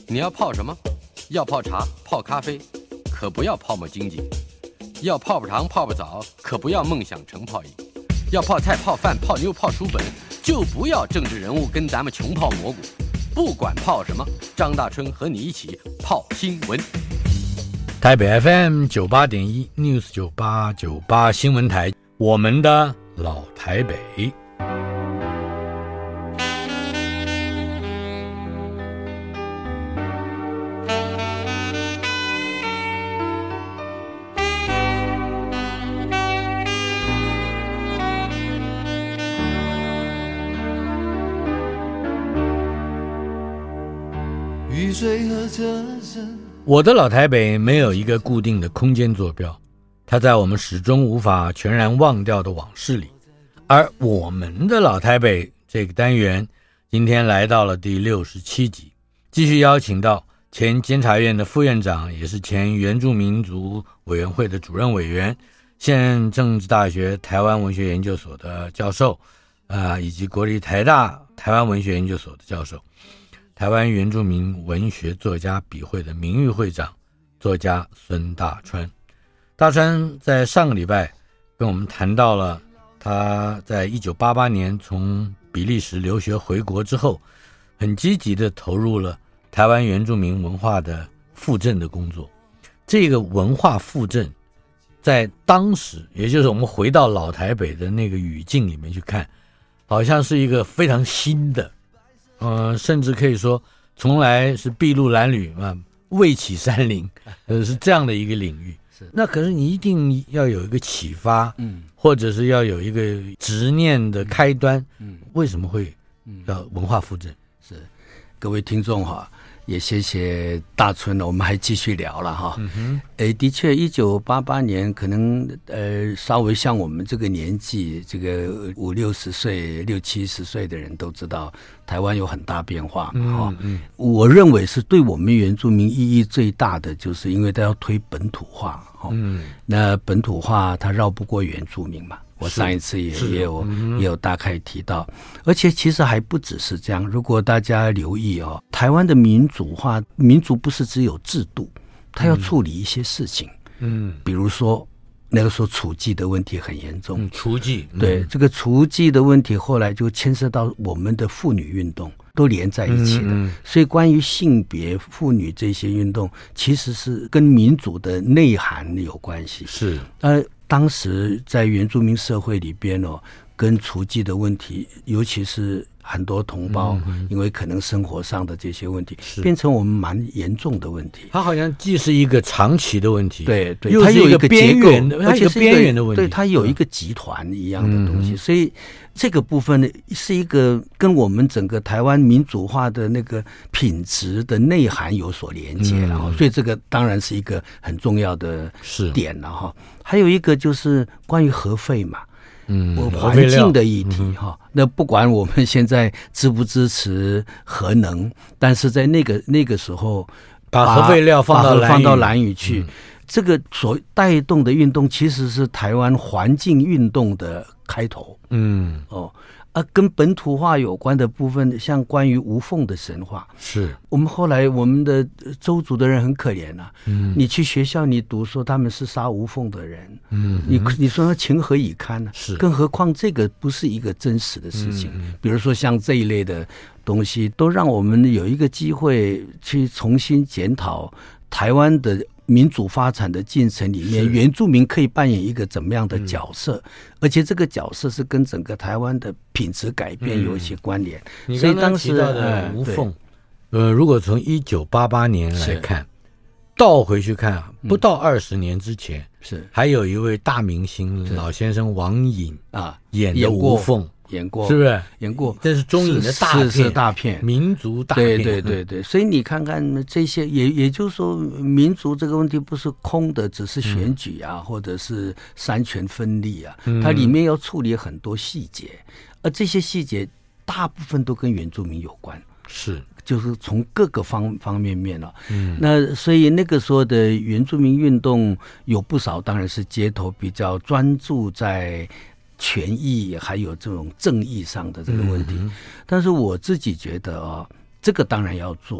你要泡什么？要泡茶、泡咖啡，可不要泡沫经济；要泡泡糖、泡泡澡，可不要梦想成泡影；要泡菜、泡饭、泡妞、泡书本，就不要政治人物跟咱们穷泡蘑菇。不管泡什么，张大春和你一起泡新闻。 台北 FM 98.1 News 9898新闻台，我们的老台北。我的老台北没有一个固定的空间坐标，它在我们始终无法全然忘掉的往事里。而我们的老台北这个单元今天来到了第67集，继续邀请到前监察院的副院长，也是前原住民族委员会的主任委员，现任政治大学台湾文学研究所的教授，以及国立台大台湾文学研究所的教授，台湾原住民文学作家笔会的名誉会长，作家孙大川。大川在上个礼拜跟我们谈到了他在1988年从比利时留学回国之后，很积极地投入了台湾原住民文化的复振的工作。这个文化复振在当时，也就是我们回到老台北的那个语境里面去看，好像是一个非常新的甚至可以说从来是筚路蓝缕未起山林，是这样的一个领域。那可是你一定要有一个启发，或者是要有一个执念的开端，为什么会要文化复振？ 是，各位听众哈，也谢谢大春了，我们还继续聊了哈。的确1988年可能稍微像我们这个年纪，这个50-60岁、60-70岁的人都知道台湾有很大变化嘛。我认为是对我们原住民意义最大的，就是因为它要推本土化。那本土化它绕不过原住民嘛。我上一次也有大概提到，而且其实还不只是这样。如果大家留意台湾的民主化，民主不是只有制度，它要处理一些事情。比如说那个时候雏妓的问题很严重， 雏妓， 对，这个雏妓的问题后来就牵涉到我们的妇女运动，都连在一起的。所以关于性别、妇女这些运动，其实是跟民主的内涵有关系。 是， 当时在原住民社会里边跟雏妓的问题，尤其是很多同胞因为可能生活上的这些问题，变成我们蛮严重的问题。 它好像既是一个长期的问题， 对， 又是一个边缘的， 而且是边缘的问题。 对，它有一个集团一样的东西，所以这个部分呢，是一个跟我们整个台湾民主化的那个品质的内涵有所连接了。所以这个当然是一个很重要的点了哈。还有一个就是关于核废嘛。环境的议题那不管我们现在支不支持核能，但是在那个时候把核废料放到兰屿去，这个所带动的运动其实是台湾环境运动的开头。跟本土化有关的部分，像关于无缝的神话，是我们后来我们的周族的人很可怜啊。你去学校你读说他们是杀无缝的人，你说他情何以堪呢？是，更何况这个不是一个真实的事情。比如说像这一类的东西，都让我们有一个机会去重新检讨台湾的民主发展的进程里面，原住民可以扮演一个怎么样的角色，而且这个角色是跟整个台湾的品质改变有一些关联。 所以当时的无缝，如果从1988年来看，倒回去看不到20年之前，还有一位大明星老先生王颖演的无缝。 演过， 是不是演过？ 这是中影的大片，民族大片。 对。所以你看看这些，也就是说，民族这个问题不是空的，只是选举或者是三权分立它里面要处理很多细节，而这些细节大部分都跟原住民有关。 是。 就是从各个方面了。那所以那个时候的原住民运动有不少，当然是街头比较专注在权益还有这种正义上的这个问题。但是我自己觉得这个当然要做，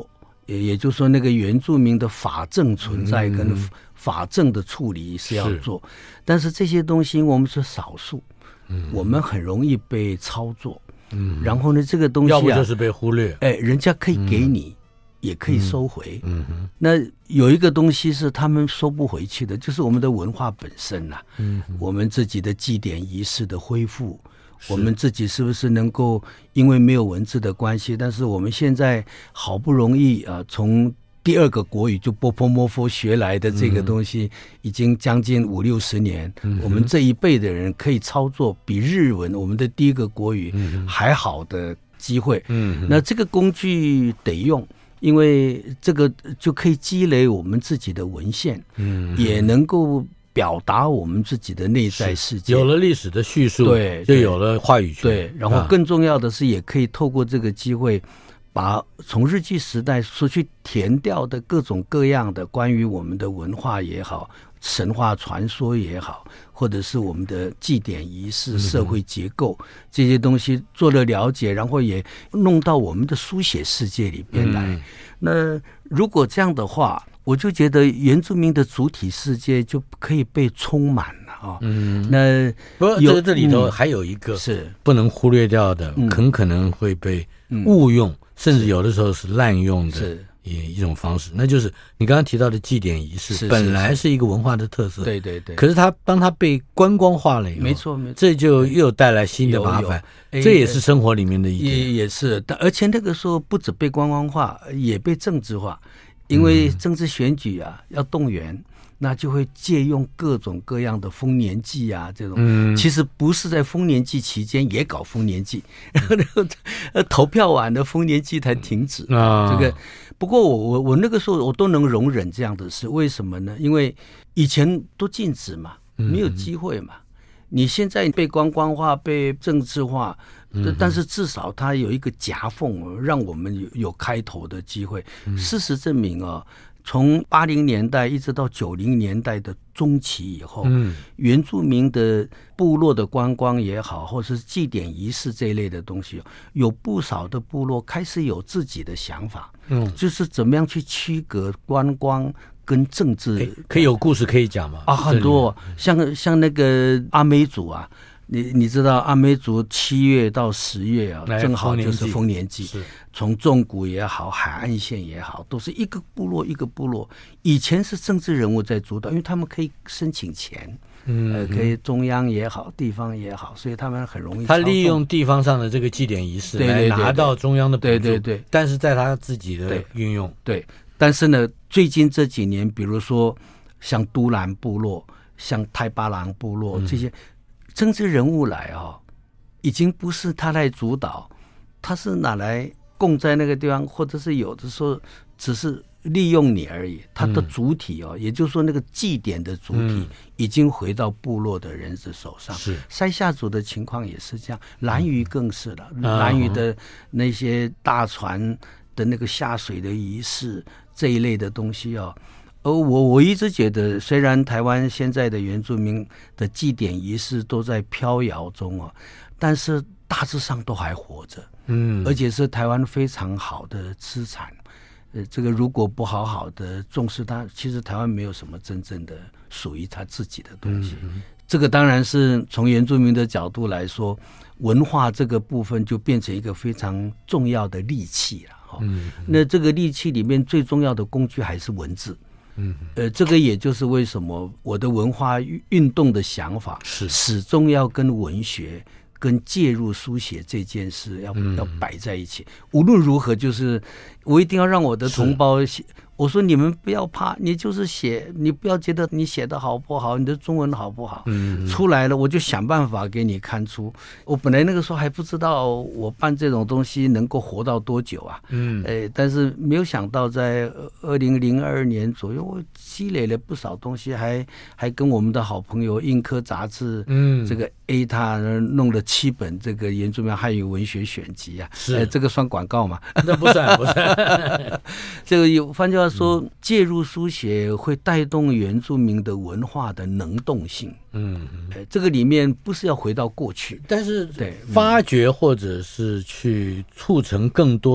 也就是说那个原住民的法政存在跟法政的处理是要做，但是这些东西我们是少数，我们很容易被操作，然后呢这个东西要不就是被忽略， 人家可以给你，也可以收回，那有一个东西是他们收不回去的，就是我们的文化本身啦，我们自己的祭典仪式的恢复，我们自己是不是能够因为没有文字的关系，但是我们现在好不容易从第二个国语就波波摩佛学来的这个东西，已经将近50-60年，我们这一辈的人可以操作比日文我们的第一个国语还好的机会，那这个工具得用，因为这个就可以积累我们自己的文献，也能够表达我们自己的内在世界， 有了历史的叙述， 对， 就有了话语权， 对，然后更重要的是也可以透过这个机会把从日据时代所去填掉的各种各样的关于我们的文化也好，神话传说也好，或者是我们的祭典仪式、社会结构这些东西做了了解，然后也弄到我们的书写世界里边来。那如果这样的话，我就觉得原住民的主体世界就可以被充满了啊。那不过这里头还有一个是不能忽略掉的，很可能会被误用，甚至有的时候是滥用的一种方式，那就是你刚刚提到的祭典仪式，本来是一个文化的特色， 对对对。 可是当它被观光化了以后， 没错没错， 这就又带来新的麻烦，这也是生活里面的一点， 也是。而且那个时候不止被观光化，也被政治化，因为政治选举要动员。那就会借用各种各样的丰年祭这种，其实不是在丰年祭期间也搞丰年祭，投票完的丰年祭才停止这个。不过我那个时候我都能容忍这样的事，为什么呢？因为以前都禁止嘛，没有机会嘛。你现在被观光化、被政治化，但是至少它有一个夹缝，让我们有开头的机会。事实证明从80年代一直到90年代的中期以后，原住民的部落的观光也好，或是祭典仪式这一类的东西，有不少的部落开始有自己的想法，就是怎么样去区隔观光跟政治。 可以有故事可以讲吗？ 很多，像那个阿美族你知道阿美族7月到10月正好就是丰年祭，从纵谷也好，海岸线也好，都是一个部落一个部落。以前是政治人物在主导，因为他们可以申请钱，可以中央也好，地方也好，所以他们很容易。 他利用地方上的这个祭典仪式来拿到中央的补助，对，但是在他自己的运用， 对。但是呢，最近这几年，比如说像都兰部落、像泰巴朗部落这些。政治人物来已经不是他来主导，他是拿来供在那个地方，或者是有的时候只是利用你而已。他的主体也就是说那个祭典的主体已经回到部落的人的手上。是塞夏族的情况也是这样，兰屿更是了。兰屿的那些大船的那个下水的仪式这一类的东西我一直觉得，虽然台湾现在的原住民的祭典仪式都在飘摇中但是大致上都还活着，而且是台湾非常好的资产。这个如果不好好的重视它，其实台湾没有什么真正的属于他自己的东西。这个当然是从原住民的角度来说，文化这个部分就变成一个非常重要的利器了。那这个利器里面最重要的工具还是文字。这个也就是为什么我的文化运动的想法是始终要跟文学跟介入书写这件事要摆在一起。无论如何，就是我一定要让我的同胞我说你们不要怕，你就是写，你不要觉得你写的好不好，你的中文好不好，出来了我就想办法给你看出。我本来那个时候还不知道我办这种东西能够活到多久但是没有想到在2002年左右，我积累了不少东西，还跟我们的好朋友印科杂志这个 ATA 弄了7本这个原住民汉语文学选集这个算广告吗？ 那不算这个换句话说，介入书写会带动原住民的文化的能动性。这个里面不是要回到过去， 但是发掘或者是去促成更多的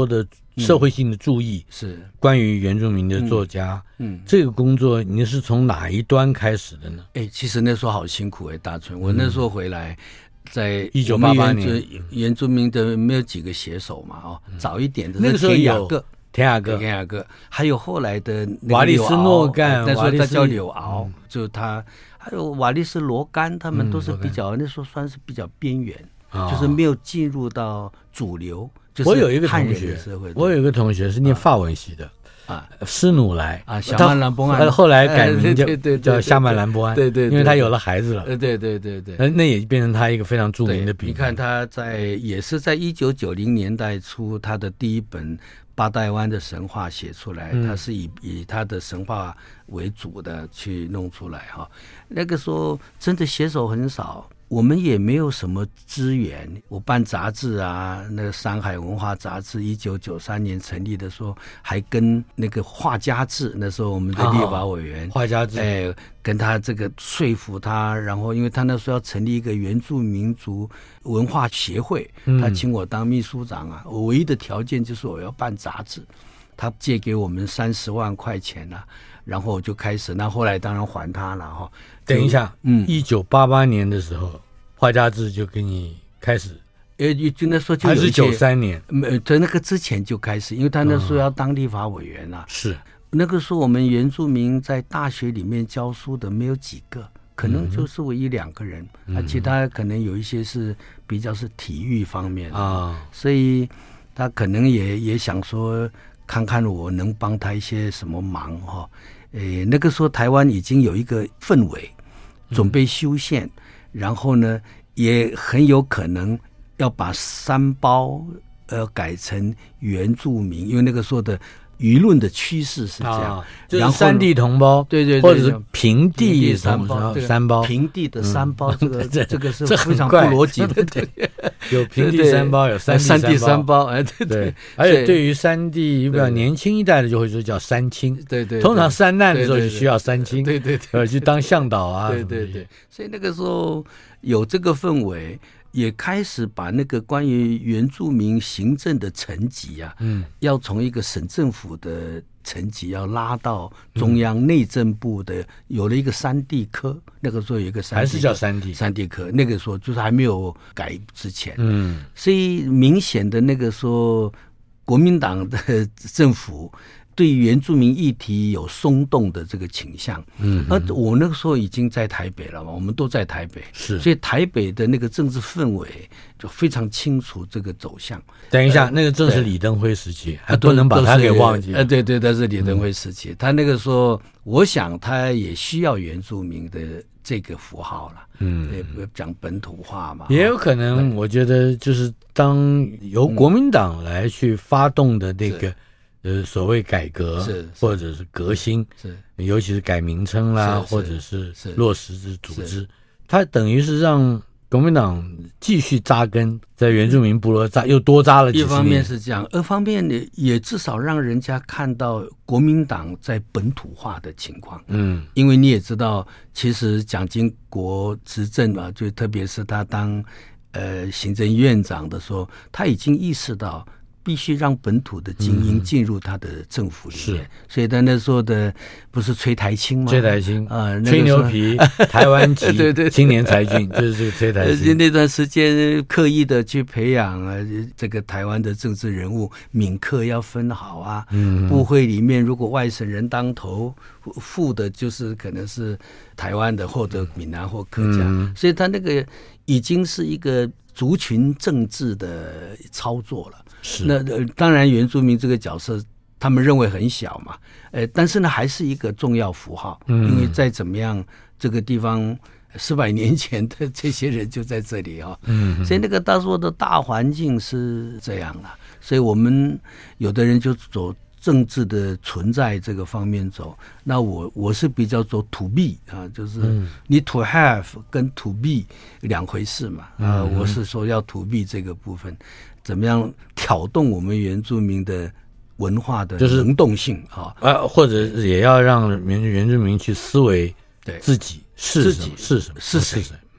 社会性的注意， 是关于原住民的作家，这个工作你是从哪一端开始的呢？ 其实那时候好辛苦大春，我那时候回来，在 1988年， 原住民的没有几个写手嘛，早一点的那个时候有田雅各， 还有后来的瓦利斯诺干， 那时候他叫柳敖，就他还有瓦利斯罗干，他们都是比较那时候算是比较边缘，就是没有进入到主流。 我有一个同学，是念法文系的施努莱夏曼兰波安， 后来改名叫夏曼兰波安， 对， 因为他有了孩子了， 对， 那也变成他一个非常著名的笔名。 你看他也是在1990年代初，他的第一本巴代湾的神话写出来，他是以他的神话为主的去弄出来哈。那个时候真的写手很少。我们也没有什么资源，我办杂志啊，那个山海文化杂志1993年成立的时候，还跟那个画家志，那时候我们的立法委员画家志， 跟他这个说服他，然后因为他那时候要成立一个原住民族文化协会，他请我当秘书长啊，我唯一的条件就是我要办杂志，他借给我们30万块钱啊，然后我就开始，那后来当然还他了哈。 等一下，1988年的时候，画家志就给你开始， 就那时候就还是93年？ 在那个之前就开始，因为他那时候要当立法委员啊。 是那个时候我们原住民在大学里面教书的没有几个，可能就是我1-2个人，其他可能有一些是比较是体育方面啊，所以他可能也想说，看看我能帮他一些什么忙哈。那个时候台湾已经有一个氛围，准备修宪，然后呢，也很有可能要把3胞改成原住民，因为那个时候的舆论的趋势是这样， 就是3地同胞， 对， 或者是平地3胞， 平地的3胞，这个是非常不逻辑的，对， 有平地3胞，有3地3胞， 对， 而且对于3地比较年轻一代的，就会说叫3亲， 对， 通常3难的时候就需要3亲， 对， 去当向导啊， 对，所以那个时候有这个氛围。也开始把那个关于原住民行政的层级啊，要从一个省政府的层级要拉到中央内政部的，有了一个3地科，那个时候有一个3地科， 还是叫3 地科，那个时候就是还没有改之前，所以明显的那个时候国民党的政府对原住民议题有松动的这个倾向，而我那个时候已经在台北了嘛，我们都在台北，所以台北的那个政治氛围就非常清楚这个走向。 等一下，那个正是李登辉时期，还不能把他给忘记。 对，那是李登辉时期，他那个时候，我想他也需要原住民的这个符号了，讲本土化嘛， 也有可能，我觉得就是当由国民党来去发动的那个。所谓改革或者是革新，尤其是改名称啦，或者是落实制组织，它等于是让国民党继续扎根在原住民部落，又多扎了几十年。 一方面是这样，二方面也至少让人家看到国民党在本土化的情况。因为你也知道，其实蒋经国执政嘛，就特别是他当行政院长的时候，他已经意识到。必须让本土的精英进入他的政府里面，所以他那时候的不是崔台青吗？ 崔台青吹牛皮，台湾籍青年才俊，就是这个崔台青。 那段时间刻意的去培养这个台湾的政治人物，闽客要分好啊。部会里面如果外省人当头，副的就是可能是台湾的或者闽南或客家，所以他那个已经是一个族群政治的操作了。那当然原住民这个角色他们认为很小嘛，但是呢还是一个重要符号，因为再怎么样这个地方400年前的这些人就在这里啊，所以那个他说的大环境是这样啊，所以我们有的人就走政治的存在这个方面走，那我是比较走 to be 啊，就是你 to have 跟 to be 2回事嘛，我是说要 to be 这个部分。怎么样挑动我们原住民的文化的能动性啊？ 或者也要让原住民去思维自己是什么，是谁，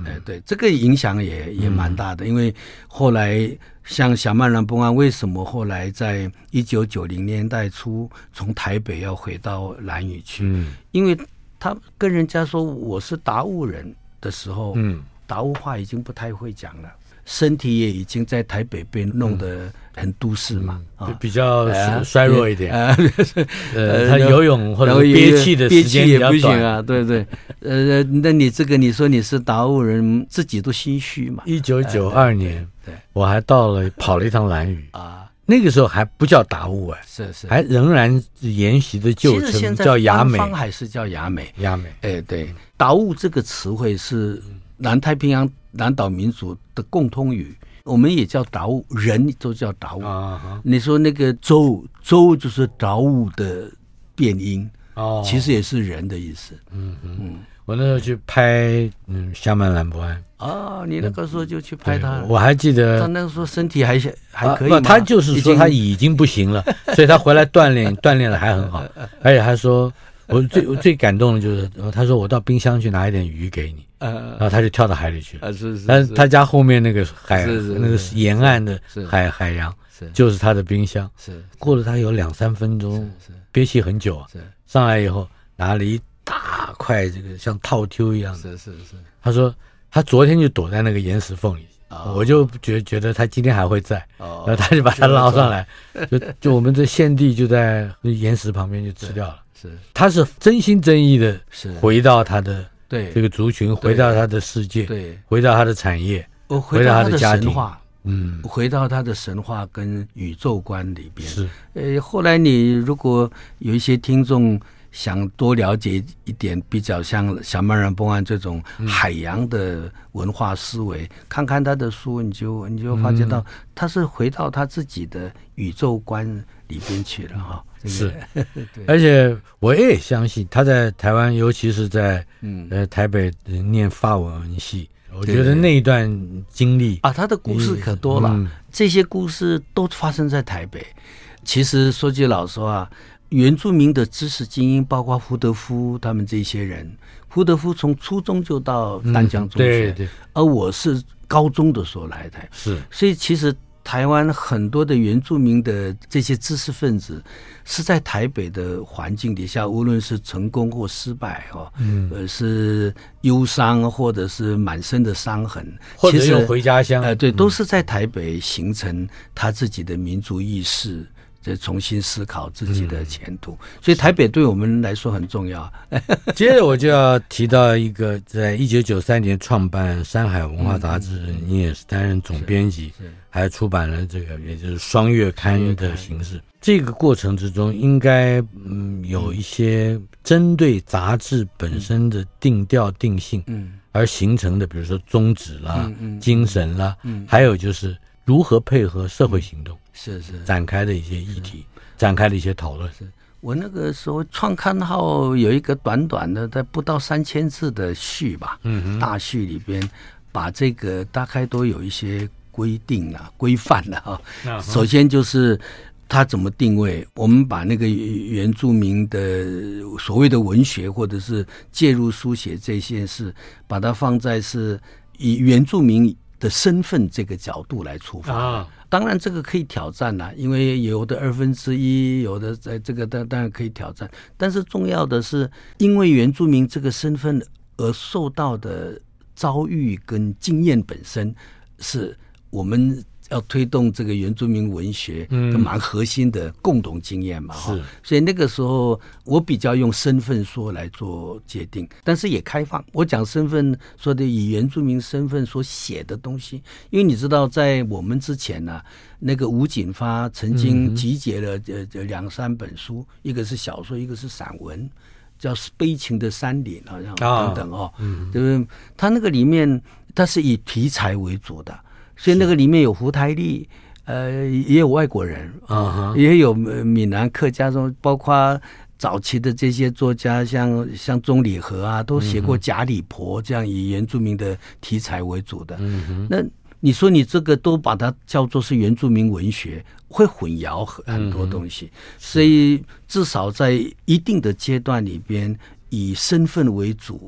对，这个影响也蛮大的，因为后来像小曼兰崩案，为什么后来在1990年代初从台北要回到兰屿去？因为他跟人家说我是达悟人的时候，达悟话已经不太会讲了。身体也已经在台北被弄得很都市嘛， 比较衰弱一点。他游泳或者憋气的时间也不行啊，对对。那你这个你说你是达悟人，自己都心虚嘛。 1992年， 对， 我还跑了一趟兰屿啊，那个时候还不叫达悟是， 还仍然沿袭的旧称叫雅美， 方还是叫雅美。对，达悟这个词汇是南太平洋南岛民族的共通语，我们也叫达悟，人都叫达悟。你说那个周就是达悟的变音，其实也是人的意思。 我那时候去拍夏曼兰博案。 你那个时候就去拍他， 我还记得他那个时候身体还可以吗？ 他就是说他已经不行了，所以他回来锻炼了还很好，而且他说我最感动的就是他说我到冰箱去拿一点鱼给你。然后他就跳到海里去了。但是他家后面那个那个沿岸的海洋，就是他的冰箱。过了他有2-3分钟，憋气很久啊。上来以后拿了一大块这个像套丢一样的。他说他昨天就躲在那个岩石缝里，我就觉得他今天还会在，然后他就把它捞上来，就我们这现地就在岩石旁边就吃掉了。他是真心真意的回到他的。对这个族群，回到他的世界，对，回到他的产业，回到他的家庭，回到他的神话跟宇宙观里边。后来你如果有一些听众想多了解一点，比较像小曼兰崩案这种海洋的文化思维，看看他的书，你就发觉到他是回到他自己的宇宙观里边去了哈。 是，而且我也相信他在台湾，尤其是在台北念法文系，我觉得那一段经历他的故事可多了，这些故事都发生在台北。其实说句老实话，原住民的知识精英，包括胡德夫他们这些人，胡德夫从初中就到淡江中学，对，而我是高中的时候来台，所以其实台湾很多的原住民的这些知识分子是在台北的环境底下，无论是成功或失败是忧伤或者是满身的伤痕， 或者又回家乡， 对，都是在台北形成他自己的民族意识，再重新思考自己的前途，所以台北对我们来说很重要。 接着我就要提到一个，在1993年创办《山海文化杂志》，你也是担任总编辑，还出版了这个也就是双月刊的形式。这个过程之中，应该有一些针对杂志本身的定调定性，而形成的，比如说宗旨啦、精神啦，还有就是如何配合社会行动。展开的一些议题，展开的一些讨论。 我那个时候创刊号有一个短短的，在不到3000字的序吧，大序里边把这个大概都有一些规定了、规范了首先就是他怎么定位，我们把那个原住民的所谓的文学或者是介入书写这件事，把它放在是以原住民的身份这个角度来出发当然这个可以挑战啦，因为有的1/2，有的在这个当然可以挑战，但是重要的是因为原住民这个身份而受到的遭遇跟经验本身是我们要推动这个原住民文学的蛮核心的共同经验嘛，所以那个时候我比较用身份说来做界定，但是也开放。我讲身份说的以原住民身份所写的东西，因为你知道在我们之前呢那个吴锦发曾经集结了2-3本书，一个是小说，一个是散文，叫《悲情的山岭》等等对不对？他那个里面他是以题材为主的，所以那个里面有胡台丽，也有外国人，也有闽南客家中，包括早期的这些作家，像钟理和都写过贾里婆这样以原住民的题材为主的。那你说你这个都把它叫做是原住民文学，会混淆很多东西，所以至少在一定的阶段里边，以身份为主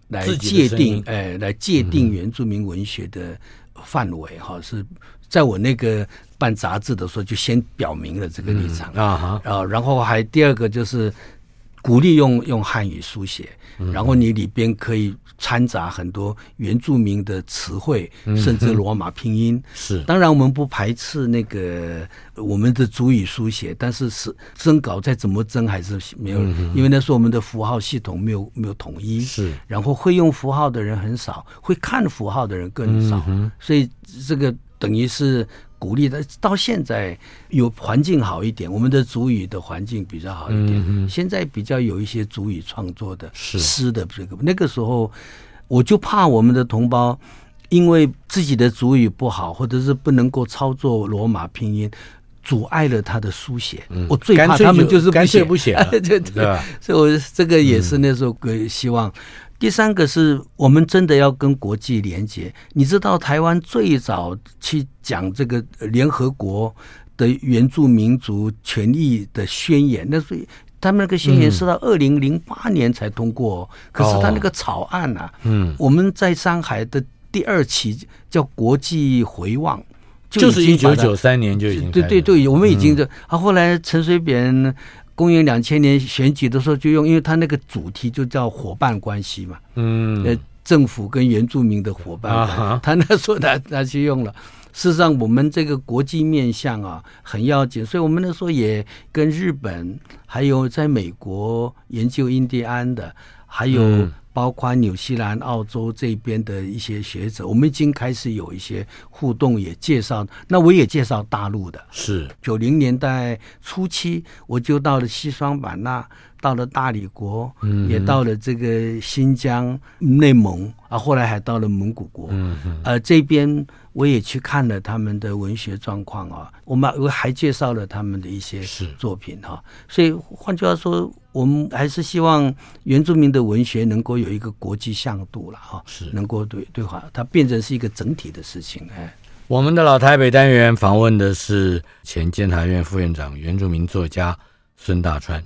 来自己界定， 的声音来界定原住民文学的范围哈，是在我那个办杂志的时候就先表明了这个立场然后还第二个就是鼓励用汉语书写，然后你里边可以掺杂很多原住民的词汇，甚至罗马拼音。 是， 当然我们不排斥那个我们的族语书写，但是征稿再怎么征还是没有，因为那时候我们的符号系统没有统一， 是， 然后会用符号的人很少，会看符号的人更少，所以这个等于是鼓励的。到现在有环境好一点，我们的族语的环境比较好一点，现在比较有一些族语创作的诗的这个，那个时候我就怕我们的同胞因为自己的族语不好，或者是不能够操作罗马拼音，阻碍了他的书写。我最怕他们就是干脆不写了对吧？所以我这个也是那时候希望。第三个是我们真的要跟国际连结。你知道台湾最早去讲这个联合国的原住民族权益的宣言，那所以他们那个宣言是到2008年才通过，可是他那个草案啊，我们在上海的第2期叫国际回望， 就是1993年就已经对，我们已经后来陈水扁公元2000年选举的时候就用，因为他那个主题就叫伙伴关系嘛，政府跟原住民的伙伴关系，他那时候他去用了。事实上我们这个国际面向啊很要紧，所以我们那时候也跟日本还有在美国研究印第安的，还有包括纽西兰澳洲这边的一些学者，我们已经开始有一些互动，也介绍，那我也介绍大陆的。 是 90年代初期我就到了西双版纳，到了大理国，也到了这个新疆内蒙后来还到了蒙古国，这边我也去看了他们的文学状况我还介绍了他们的一些作品所以换句话说，我们还是希望原住民的文学能够有一个国际向度了能够对话，它变成是一个整体的事情。 我们的老台北单元访问的是前监察院副院长、原住民作家孙大川。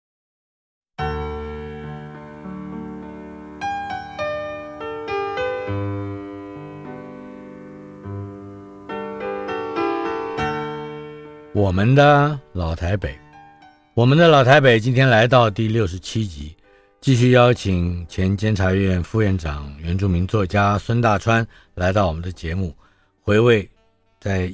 我们的老台北今天来到第67集，继续邀请前监察院副院长、原住民作家孙大川来到我们的节目，回味在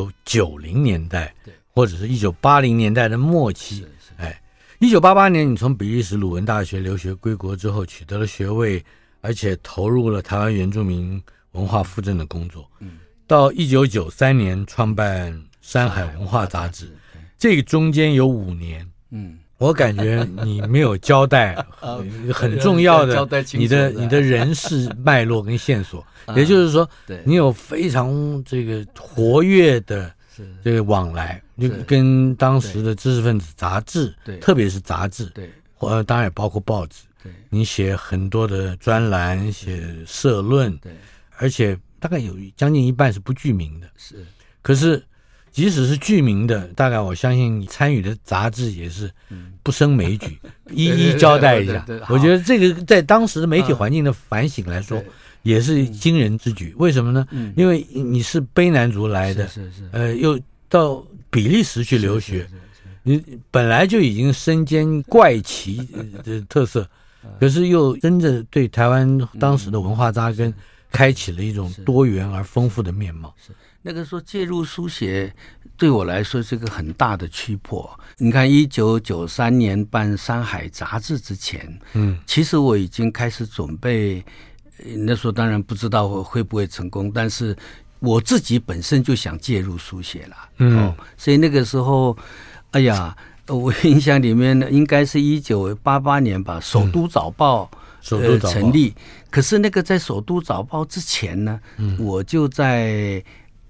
1990年代或者是1980年代的末期。1988年你从比利时鲁文大学留学归国之后，取得了学位，而且投入了台湾原住民文化复振的工作。到1993年创办山海文化杂志，这个中间有5年，我感觉你没有交代很重要的你的人事脉络跟线索，也就是说，你有非常这个活跃的这个往来，就跟当时的知识分子杂志，特别是杂志，当然也包括报纸，你写很多的专栏，写社论，而且大概有将近一半是不具名的，可是即使是具名的，大概我相信你参与的杂志也是不胜枚举，一一交代一下。我觉得这个在当时的媒体环境的反省来说，也是惊人之举。为什么呢？因为你是卑南族来的，又到比利时去留学，你本来就已经身兼怪奇的特色，可是又真的对台湾当时的文化扎根开启了一种多元而丰富的面貌。 那个时候介入书写对我来说是个很大的驱迫。你看1993年办山海杂志之前，其实我已经开始准备，那时候当然不知道会不会成功，但是我自己本身就想介入书写了，所以那个时候我印象里面应该是1988年吧，首都早报成立。可是那个在首都早报之前呢，我就在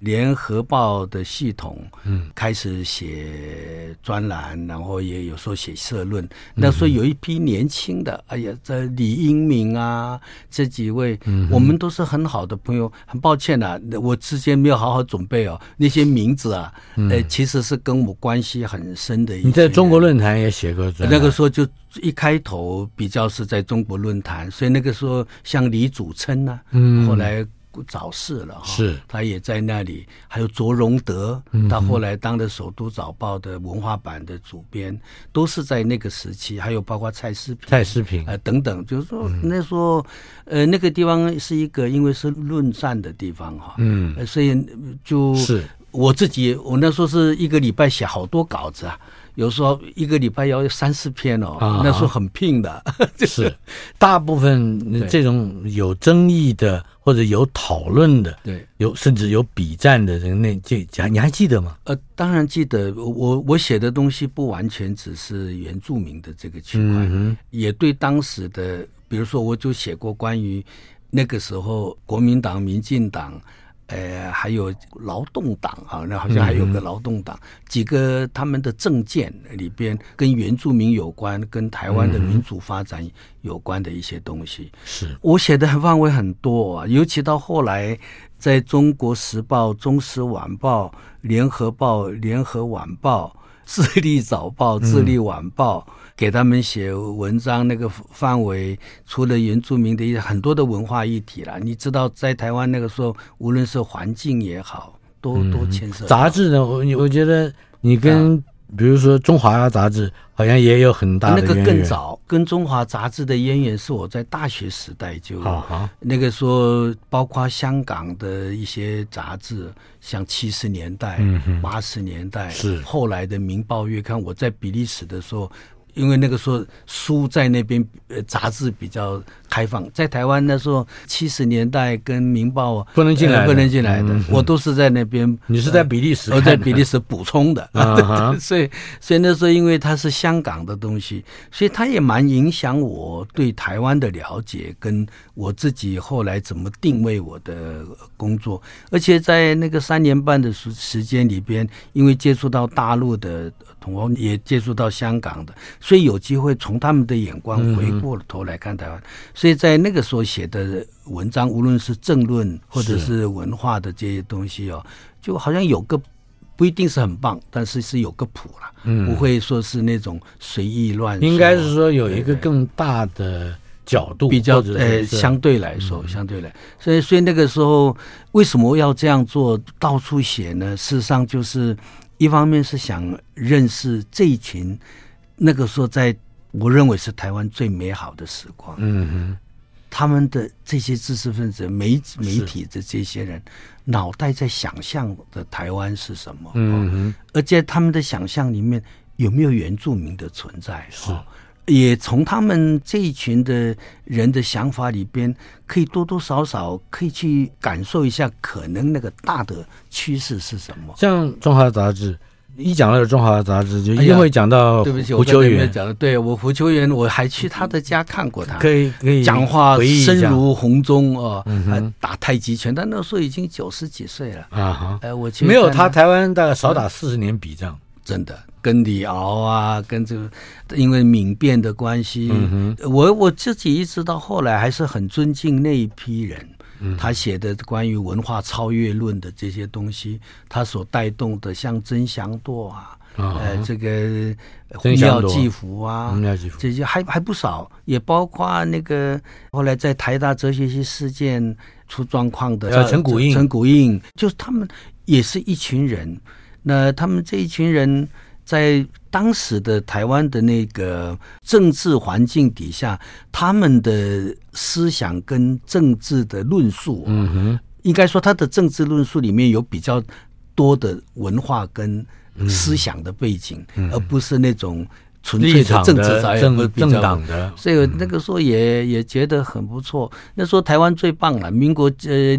联合报的系统，开始写专栏，然后也有时候写社论。那时候有一批年轻的，哎呀，这李英明啊，这几位，我们都是很好的朋友。很抱歉啊，我之前没有好好准备哦，那些名字啊，其实是跟我关系很深的一些。 你在中国论坛也写过专栏， 那个时候就一开头比较是在中国论坛，所以那个时候像李祖琛啊，后来早逝了， 是他也在那里，还有卓荣德，他后来当了首都早报的文化版的主编，都是在那个时期，还有包括蔡诗平等等，就是说那时候那个地方是一个因为是论战的地方哈，所以就是我自己，我那时候是一个礼拜写好多稿子啊，有时候一个礼拜要3-4篇哦，那时候很拼的。 是大部分这种有争议的或者有讨论的，对，甚至有比战的你还记得吗？ 当然记得。我写的东西不完全只是原住民的这个区块，也对当时的，比如说我就写过关于那个时候国民党、民进党。还有劳动党啊，那好像还有个劳动党，几个他们的政见里边跟原住民有关，跟台湾的民主发展有关的一些东西。 是我写的范围很多啊，尤其到后来在中国时报、中时晚报、联合报、联合晚报、智利早报、智利晚报，给他们写文章，那个范围除了原住民的很多的文化议题啦。你知道在台湾那个时候，无论是环境也好，都牵涉。 杂志呢，我觉得你跟比如说中华杂志好像也有很大的渊源。 那个更早，跟中华杂志的渊源是我在大学时代就那个时候，包括香港的一些杂志，像70年代、80年代，是后来的《明报月刊》。我在比利时的时候。因为那个时候书在那边杂志比较开放，在台湾那时候70年代跟明报不能进来的，我都是在那边。 你是在比利时？ 我在比利时补充的，所以那时候因为它是香港的东西，所以它也蛮影响我对台湾的了解，跟我自己后来怎么定位我的工作。而且在那个3年半的时间里边，因为接触到大陆的同胞，也接触到香港的。所以有机会从他们的眼光回过头来看台湾，所以在那个时候写的文章，无论是政论或者是文化的这些东西哦，就好像有个不一定是很棒，但是有个谱啦，不会说是那种随意乱说， 应该是说有一个更大的角度， 比较相对来说，所以那个时候为什么要这样做，到处写呢？事实上就是一方面是想认识这一群。那个时候我认为是台湾最美好的时光。他们的这些知识分子、媒体的这些人，脑袋在想象的台湾是什么？而且他们的想象里面有没有原住民的存在？也从他们这一群的人的想法里边，可以多多少少可以去感受一下，可能那个大的趋势是什么？ 像中华杂志。一讲到中华杂志，就一定会讲到胡秋原。 对，我胡秋原，我还去他的家看过他， 可以讲话声如洪钟啊，打太极拳，但那时候已经90几岁了啊。我去没有他，台湾大概少打40年笔仗， 真的。跟李敖啊，跟这个因为闽变的关系，我自己一直到后来还是很尊敬那一批人。他写的关于文化超越论的这些东西，他所带动的像曾祥铎啊，这个胡耀继福啊，这些还不少，也包括那个后来在台大哲学系事件出状况的陈古应，就是他们也是一群人。那他们这一群人在当时的台湾的那个政治环境底下，他们的思想跟政治的论述，应该说他的政治论述里面有比较多的文化跟思想的背景，而不是那种纯粹的政治政党的。 所以那个时候也觉得很不错。那时候台湾最棒了，民国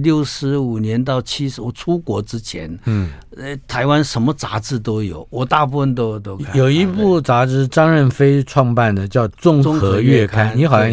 65年到70，我出国之前，台湾什么杂志都有，我大部分都看。 有一部杂志张任飞创办的，叫《综合月刊》，你好像也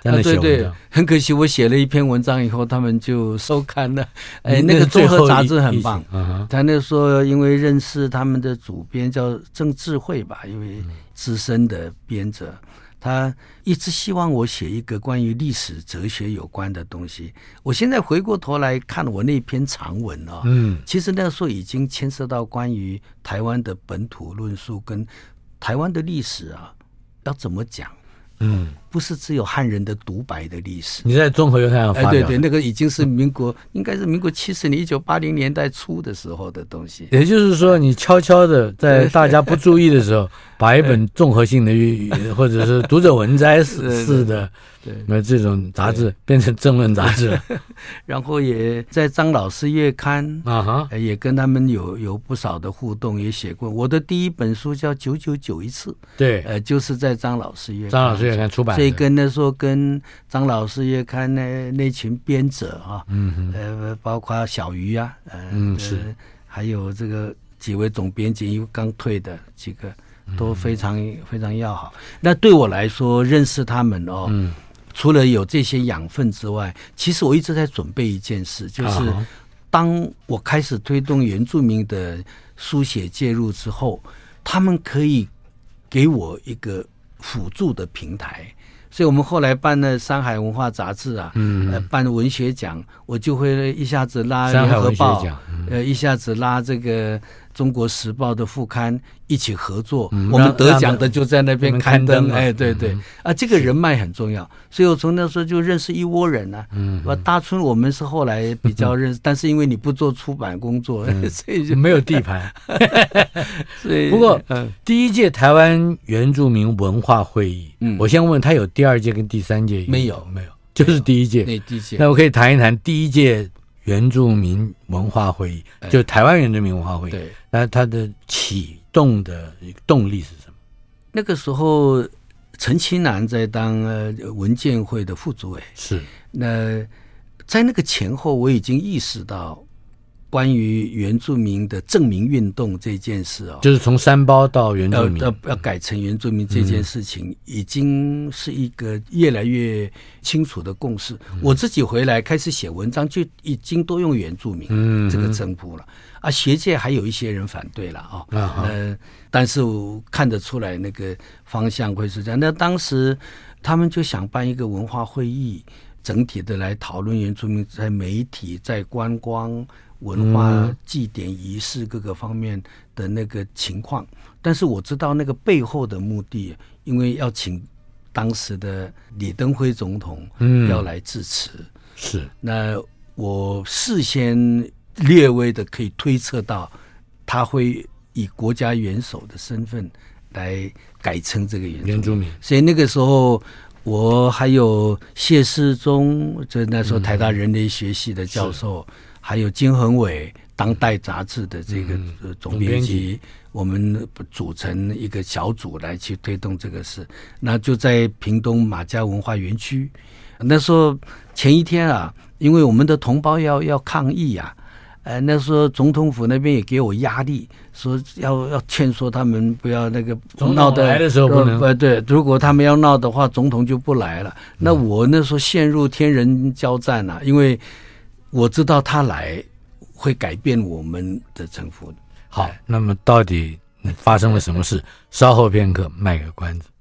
在那写文章。 对对，很可惜，我写了一篇文章以后，他们就收刊了。那个综合杂志很棒。他那时候因为认识他们的主编叫郑智慧吧，因为资深的编者。他一直希望我写一个关于历史哲学有关的东西。我现在回过头来看我那篇长文其实那个时候已经牵涉到关于台湾的本土论述跟台湾的历史要怎么讲。不是只有汉人的独白的历史。 你在综合月刊上发表的， 对，那个已经是应该是民国70年1980年代初的时候的东西。 也就是说，你悄悄的在大家不注意的时候，把一本综合性的或者是读者文摘式的这种杂志变成政论杂志了。 然后也在张老师月刊也跟他们有不少的互动，也写过。我的第一本书叫999一次， 对， 就是在张老师月刊出版的。 所以那时候跟张老师月刊那群编者包括小鱼是，还有这个几位总编辑，因为刚退的几个都非常非常要好。那对我来说，认识他们除了有这些养分之外，其实我一直在准备一件事，就是当我开始推动原住民的书写介入之后，他们可以给我一个辅助的平台。所以我们后来办了山海文化杂志办文学奖，我就会一下子拉联合报，一下子拉这个中国时报的副刊一起合作，我们得奖的就在那边刊登。对这个人脉很重要，所以我从那时候就认识一窝人大春我们是后来比较认识，但是因为你不做出版工作，所以就没有地盘。不过第一届台湾原住民文化会议，我先问他有第二届跟第三届？ 没有， 就是第一届。那我可以谈一谈第一届原住民文化会议，就台湾原住民文化会议。对，那它的启动的动力是什么？ 那个时候陈其南在当文建会的副主委。 是。 那在那个前后，我已经意识到关于原住民的正名运动这件事就是从山胞到原住民要改成原住民这件事情，已经是一个越来越清楚的共识。我自己回来开始写文章，就已经都用原住民这个称呼了学界还有一些人反对了但是我看得出来那个方向会是这样。那当时他们就想办一个文化会议，整体的来讨论原住民在媒体、在观光、文化、祭典、仪式各个方面的那个情况。但是我知道那个背后的目的，因为要请当时的李登辉总统要来致辞。 是。 那我事先略微的可以推测到，他会以国家元首的身份来改称这个原住民。所以那个时候我还有谢世忠，就那时候台大人类学系的教授，还有金恒伟，当代杂志的这个总编辑，我们组成一个小组来去推动这个事。那就在屏东马家文化园区，那时候前一天因为我们的同胞要抗议那时候总统府那边也给我压力，说要劝说他们不要那个闹的来的时候不能对，如果他们要闹的话，总统就不来了。那我那时候陷入天人交战因为我知道他来会改变我们的政府。 好，那么到底发生了什么事？稍后片刻卖个关子。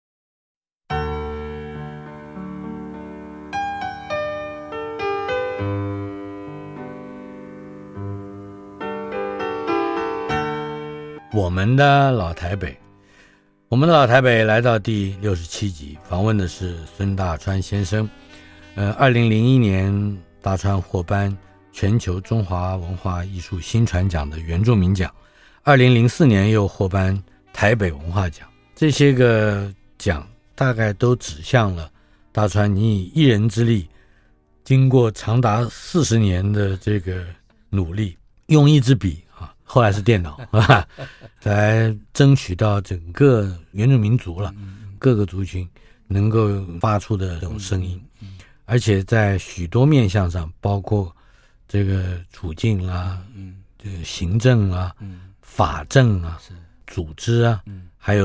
我们的老台北来到第67集，访问的是孙大川先生。2001年大川获颁全球中华文化艺术新传奖的原住民奖，2004年又获颁台北文化奖。这些个奖大概都指向了大川你以一人之力，经过长达40年的这个努力，用一支笔后来是电脑来争取到整个原住民族各个族群能够发出的这种声音，而且在许多面向上，包括这个处境这个行政法政组织还有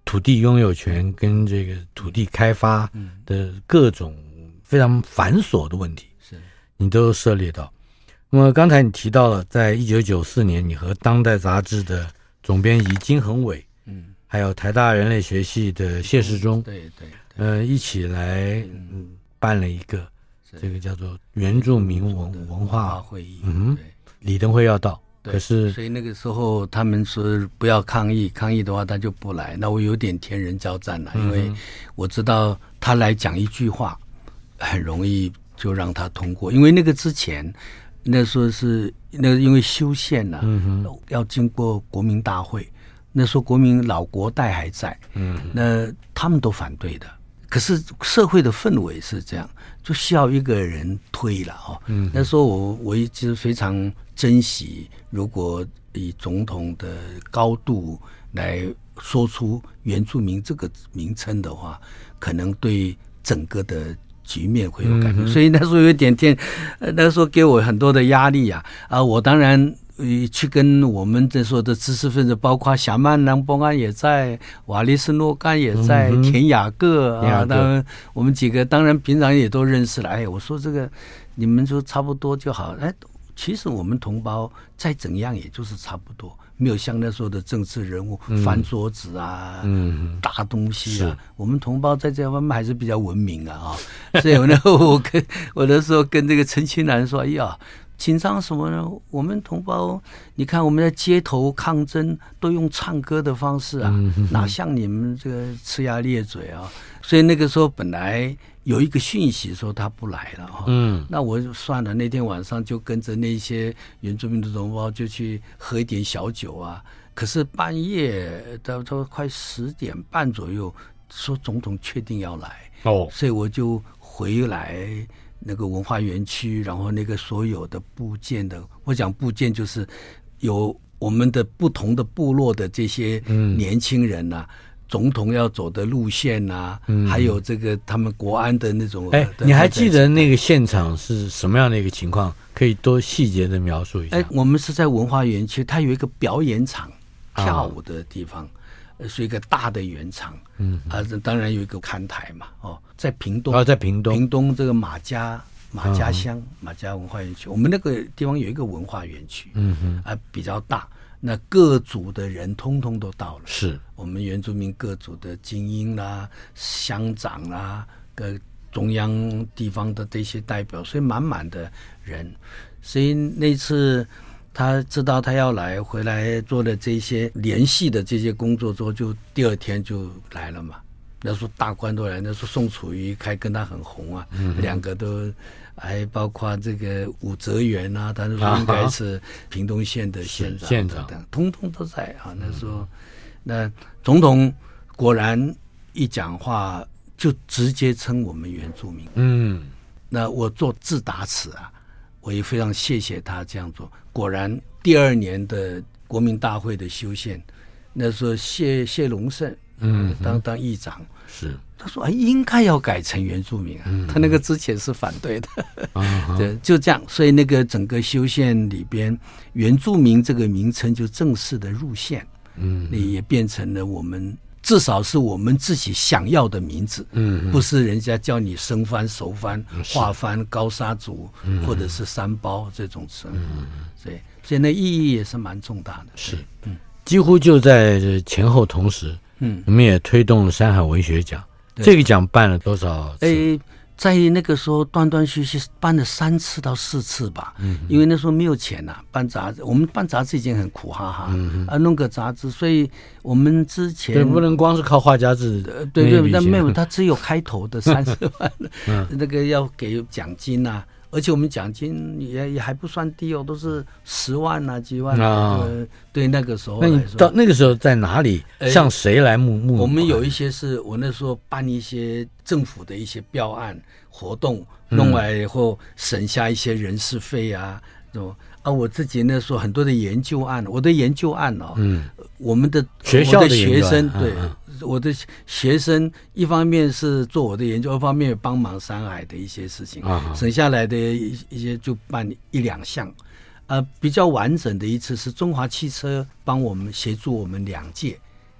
土地拥有权跟这个土地开发的各种非常繁琐的问题，你都涉猎到。那么刚才你提到了，在1994年，你和《当代》杂志的总编辑金恒伟，还有台大人类学系的谢世忠，一起来办了一个这个叫做原住民文化会议， 李登辉要到。可是， 所以那个时候他们说不要抗议，抗议的话他就不来。那我有点天人交战了，因为我知道他来讲一句话，很容易就让他通过。因为那个之前，那时候是那因为修宪要经过国民大会，那时候国民老国代还在，那他们都反对的。可是社会的氛围是这样，就需要一个人推了那时候我一直非常珍惜，如果以总统的高度来说出原住民这个名称的话，可能对整个的局面会有改变。所以那时候有点那时候给我很多的压力我当然去跟我们这说的知识分子，包括夏曼南波安也在，瓦利斯诺干也在，田雅各当然我们几个当然平常也都认识了。我说这个你们说差不多就好。其实我们同胞再怎样也就是差不多，没有像那时候的政治人物翻桌子打东西我们同胞在这方面还是比较文明所以我那时候跟这个陈清南说，哎呀，紧张什么呢？我们同胞，你看我们在街头抗争都用唱歌的方式哪像你们这个呲牙咧嘴所以那个时候本来有一个讯息说他不来了那我就算了，那天晚上就跟着那些原住民的同胞就去喝一点小酒可是半夜到快10点半左右，说总统确定要来所以我就回来那个文化园区，然后那个所有的部件的，我讲部件就是有我们的不同的部落的这些年轻人总统要走的路线还有这个他们国安的那种你还记得那个现场是什么样的一个情况？可以多细节的描述一下。 我们是在文化园区，它有一个表演场跳舞的地方是一个大的圆场当然有一个看台嘛在屏东在屏东这个马家乡马家文化园区，我们那个地方有一个文化园区比较大，那各族的人通通都到了， 是我们原住民各族的精英乡长中央地方的这些代表，所以满满的人。所以那次他知道他要来，回来做了这些联系的这些工作之后，就第二天就来了嘛。那时候大官都来，那时候宋楚瑜还跟他很红两个都还包括这个武则元他那时候应该是屏东县的县长等，通通都在那时候那总统果然一讲话就直接称我们原住民那我做致答词我也非常谢谢他这样做。果然第2年的国民大会的修宪，那时候谢龙胜当议长， 是他说应该要改成原住民他那个之前是反对的对，就这样。所以那个整个修宪里边，原住民这个名称就正式的入宪也变成了我们至少是我们自己想要的名字不是人家叫你生番、熟番、化番、高沙族或者是三胞这种称所以那意义也是蛮重大的。 是几乎就在前后同时我们也推动了山海文学奖。这个奖办了多少次？ 在那个时候断断续续办了3次到4次吧因为那时候没有钱办杂志，我们办杂志已经很苦哈哈弄个杂志，所以我们之前对不能光是靠画家字对，但没有，他只有开头的30万那个要给奖金而且我们奖金也还不算低都是10万几万对那个时候来说。 那你到那个时候在哪里向谁来募我们有一些是我那时候办一些政府的一些标案活动弄来以后省下一些人事费我自己那时候很多的研究案，我的研究案我们的学校的学生对我的学生一方面是做我的研究，二方面帮忙山海的一些事情省下来的一些就办1-2项比较完整的一次是中华汽车帮我们协助我们2届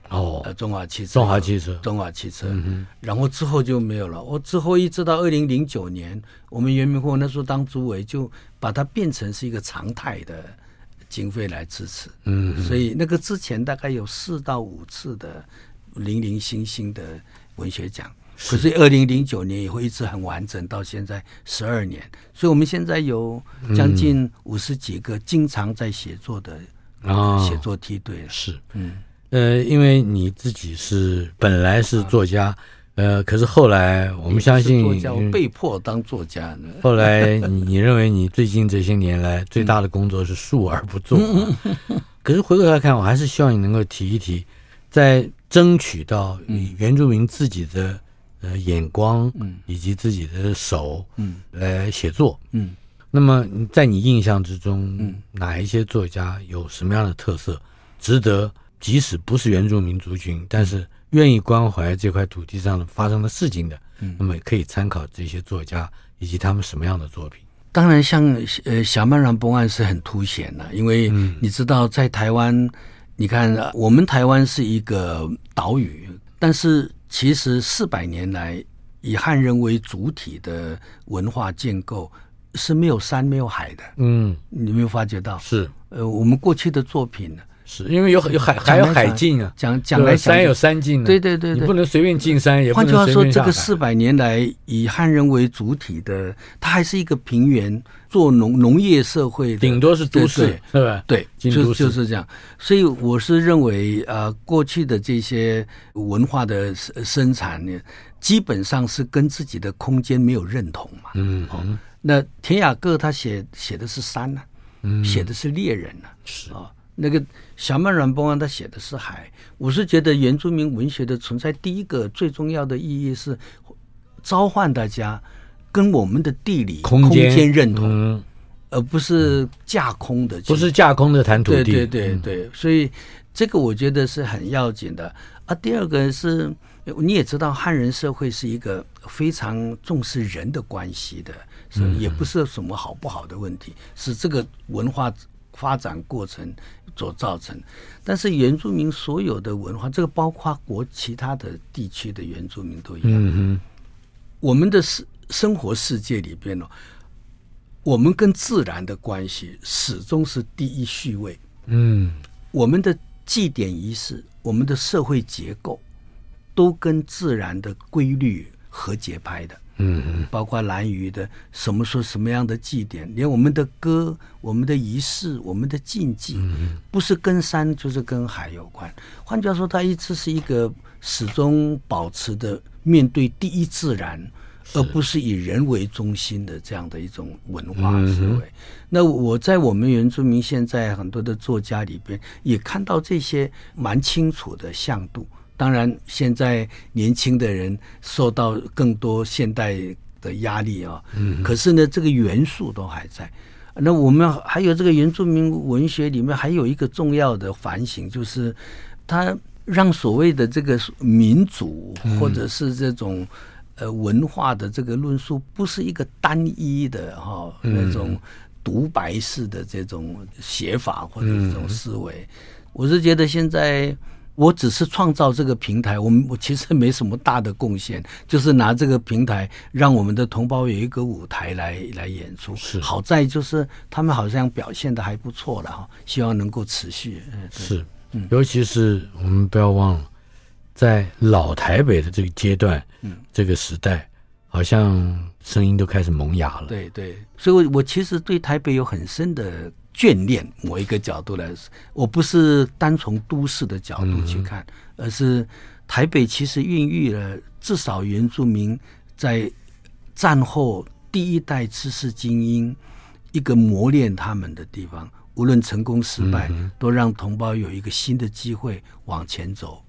中华汽车，中华汽车，然后之后就没有了。我之后一直到2009年，我们原民会那时候当主委，就把它变成是一个常态的经费来支持。所以那个之前大概有4到5次的零零星星的文学奖。可是2009年也会一直很完整，到现在12年，所以我们现在有将近50几个经常在写作的写作梯队。 是，因为你自己本来是作家，可是后来我们相信， 作家我被迫当作家呢。 后来你认为你最近这些年来最大的工作是述而不作，可是回过头来看，我还是希望你能够提一提，在争取到原住民自己的眼光，以及自己的手，来写作，那么在你印象之中，哪一些作家有什么样的特色，值得即使不是原住民族群，但是愿意关怀这块土地上发生的事情的，那么可以参考这些作家以及他们什么样的作品？ 当然，像小曼然崩案是很凸显的，因为你知道，在台湾，你看我们台湾是一个岛屿，但是其实400年来以汉人为主体的文化建构是没有山没有海的。你没有发觉到？ 是， 我们过去的作品呢， 是因为有海，还有海禁啊， 讲来山有山禁， 对， 你不能随便进山，也不能随便下海。 换句话说，这个400年来以汉人为主体的，它还是一个平原做农业社会的， 顶多是都市，是吧？ 对，就是这样。所以我是认为，过去的这些文化的生产呢，基本上是跟自己的空间没有认同嘛。那田雅各他写的是山呢，写的是猎人呢， 是啊。那个小曼软崩案他写的是海。我是觉得原住民文学的存在，第一个最重要的意义是召唤大家跟我们的地理空间认同，而不是架空的， 不是架空的谈土地。 对，所以这个我觉得是很要紧的啊。第二个是你也知道，汉人社会是一个非常重视人的关系的，也不是什么好不好的问题，是这个文化发展过程所造成。但是原住民所有的文化，这个包括其他的地区的原住民都一样。我们的生活世界里边我们跟自然的关系始终是第一序位。我们的祭典仪式，我们的社会结构，都跟自然的规律和节拍的。包括兰屿的什么样的祭典，连我们的歌、我们的仪式、我们的禁忌，不是跟山就是跟海有关。换句话说，它一直是一个始终保持的面对第一自然，而不是以人为中心的这样的一种文化思维。那我在我们原住民现在很多的作家里边，也看到这些蛮清楚的向度。当然，现在年轻的人受到更多现代的压力可是呢，这个元素都还在。那我们还有这个原住民文学里面还有一个重要的反省，就是它让所谓的这个民主或者是这种文化的这个论述，不是一个单一的那种独白式的这种写法或者这种思维。我是觉得现在我只是创造这个平台，我其实没什么大的贡献，就是拿这个平台让我们的同胞有一个舞台来演出。好在就是他们好像表现的还不错了希望能够持续。 是，尤其是我们不要忘了，在老台北的这个阶段，这个时代，好像声音都开始萌芽了。 对，所以我其实对台北有很深的眷恋。某一个角度来说，我不是单从都市的角度去看，而是台北其实孕育了至少原住民在战后第一代知识精英一个磨练他们的地方，无论成功失败，都让同胞有一个新的机会往前走。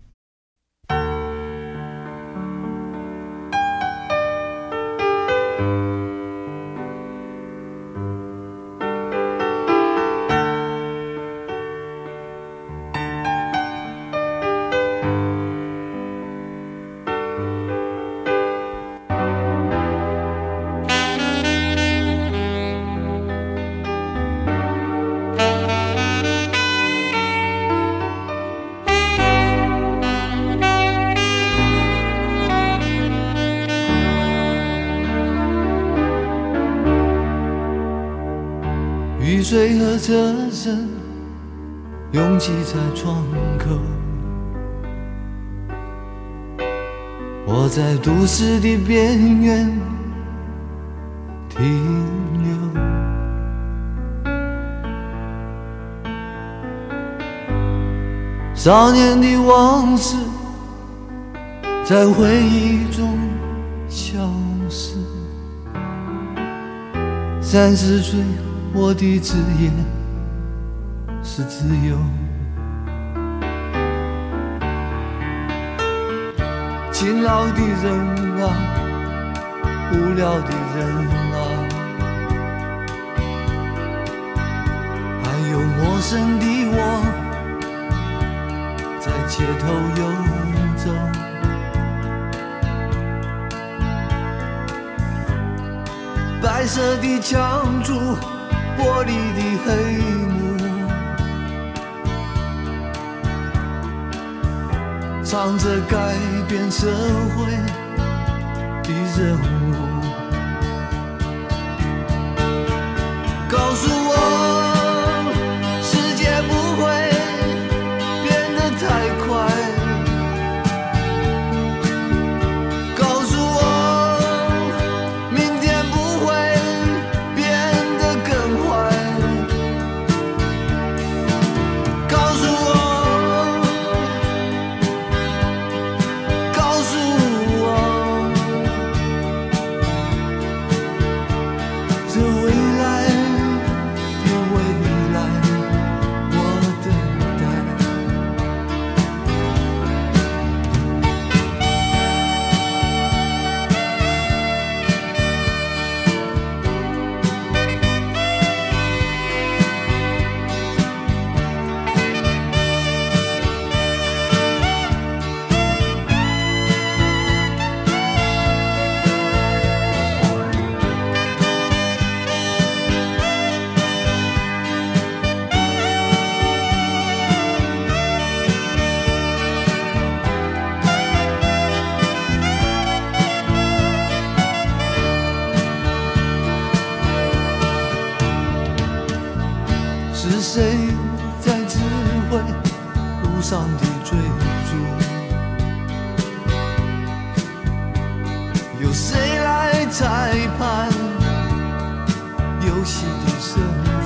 水和车声拥挤在窗口，我在都市的边缘停留。少年的往事在回忆中消失，30岁我的职业是自由。勤劳的人啊，无聊的人啊，还有陌生的我在街头游走。白色的墙柱，玻璃的黑幕，唱着改变社会的任务。告诉我，世界不会变得太快。告诉我，明天不会变得更坏。告诉我，告诉我，这未来的未来，我等待。是谁在指挥路上的追逐？由谁来裁判游戏的胜负？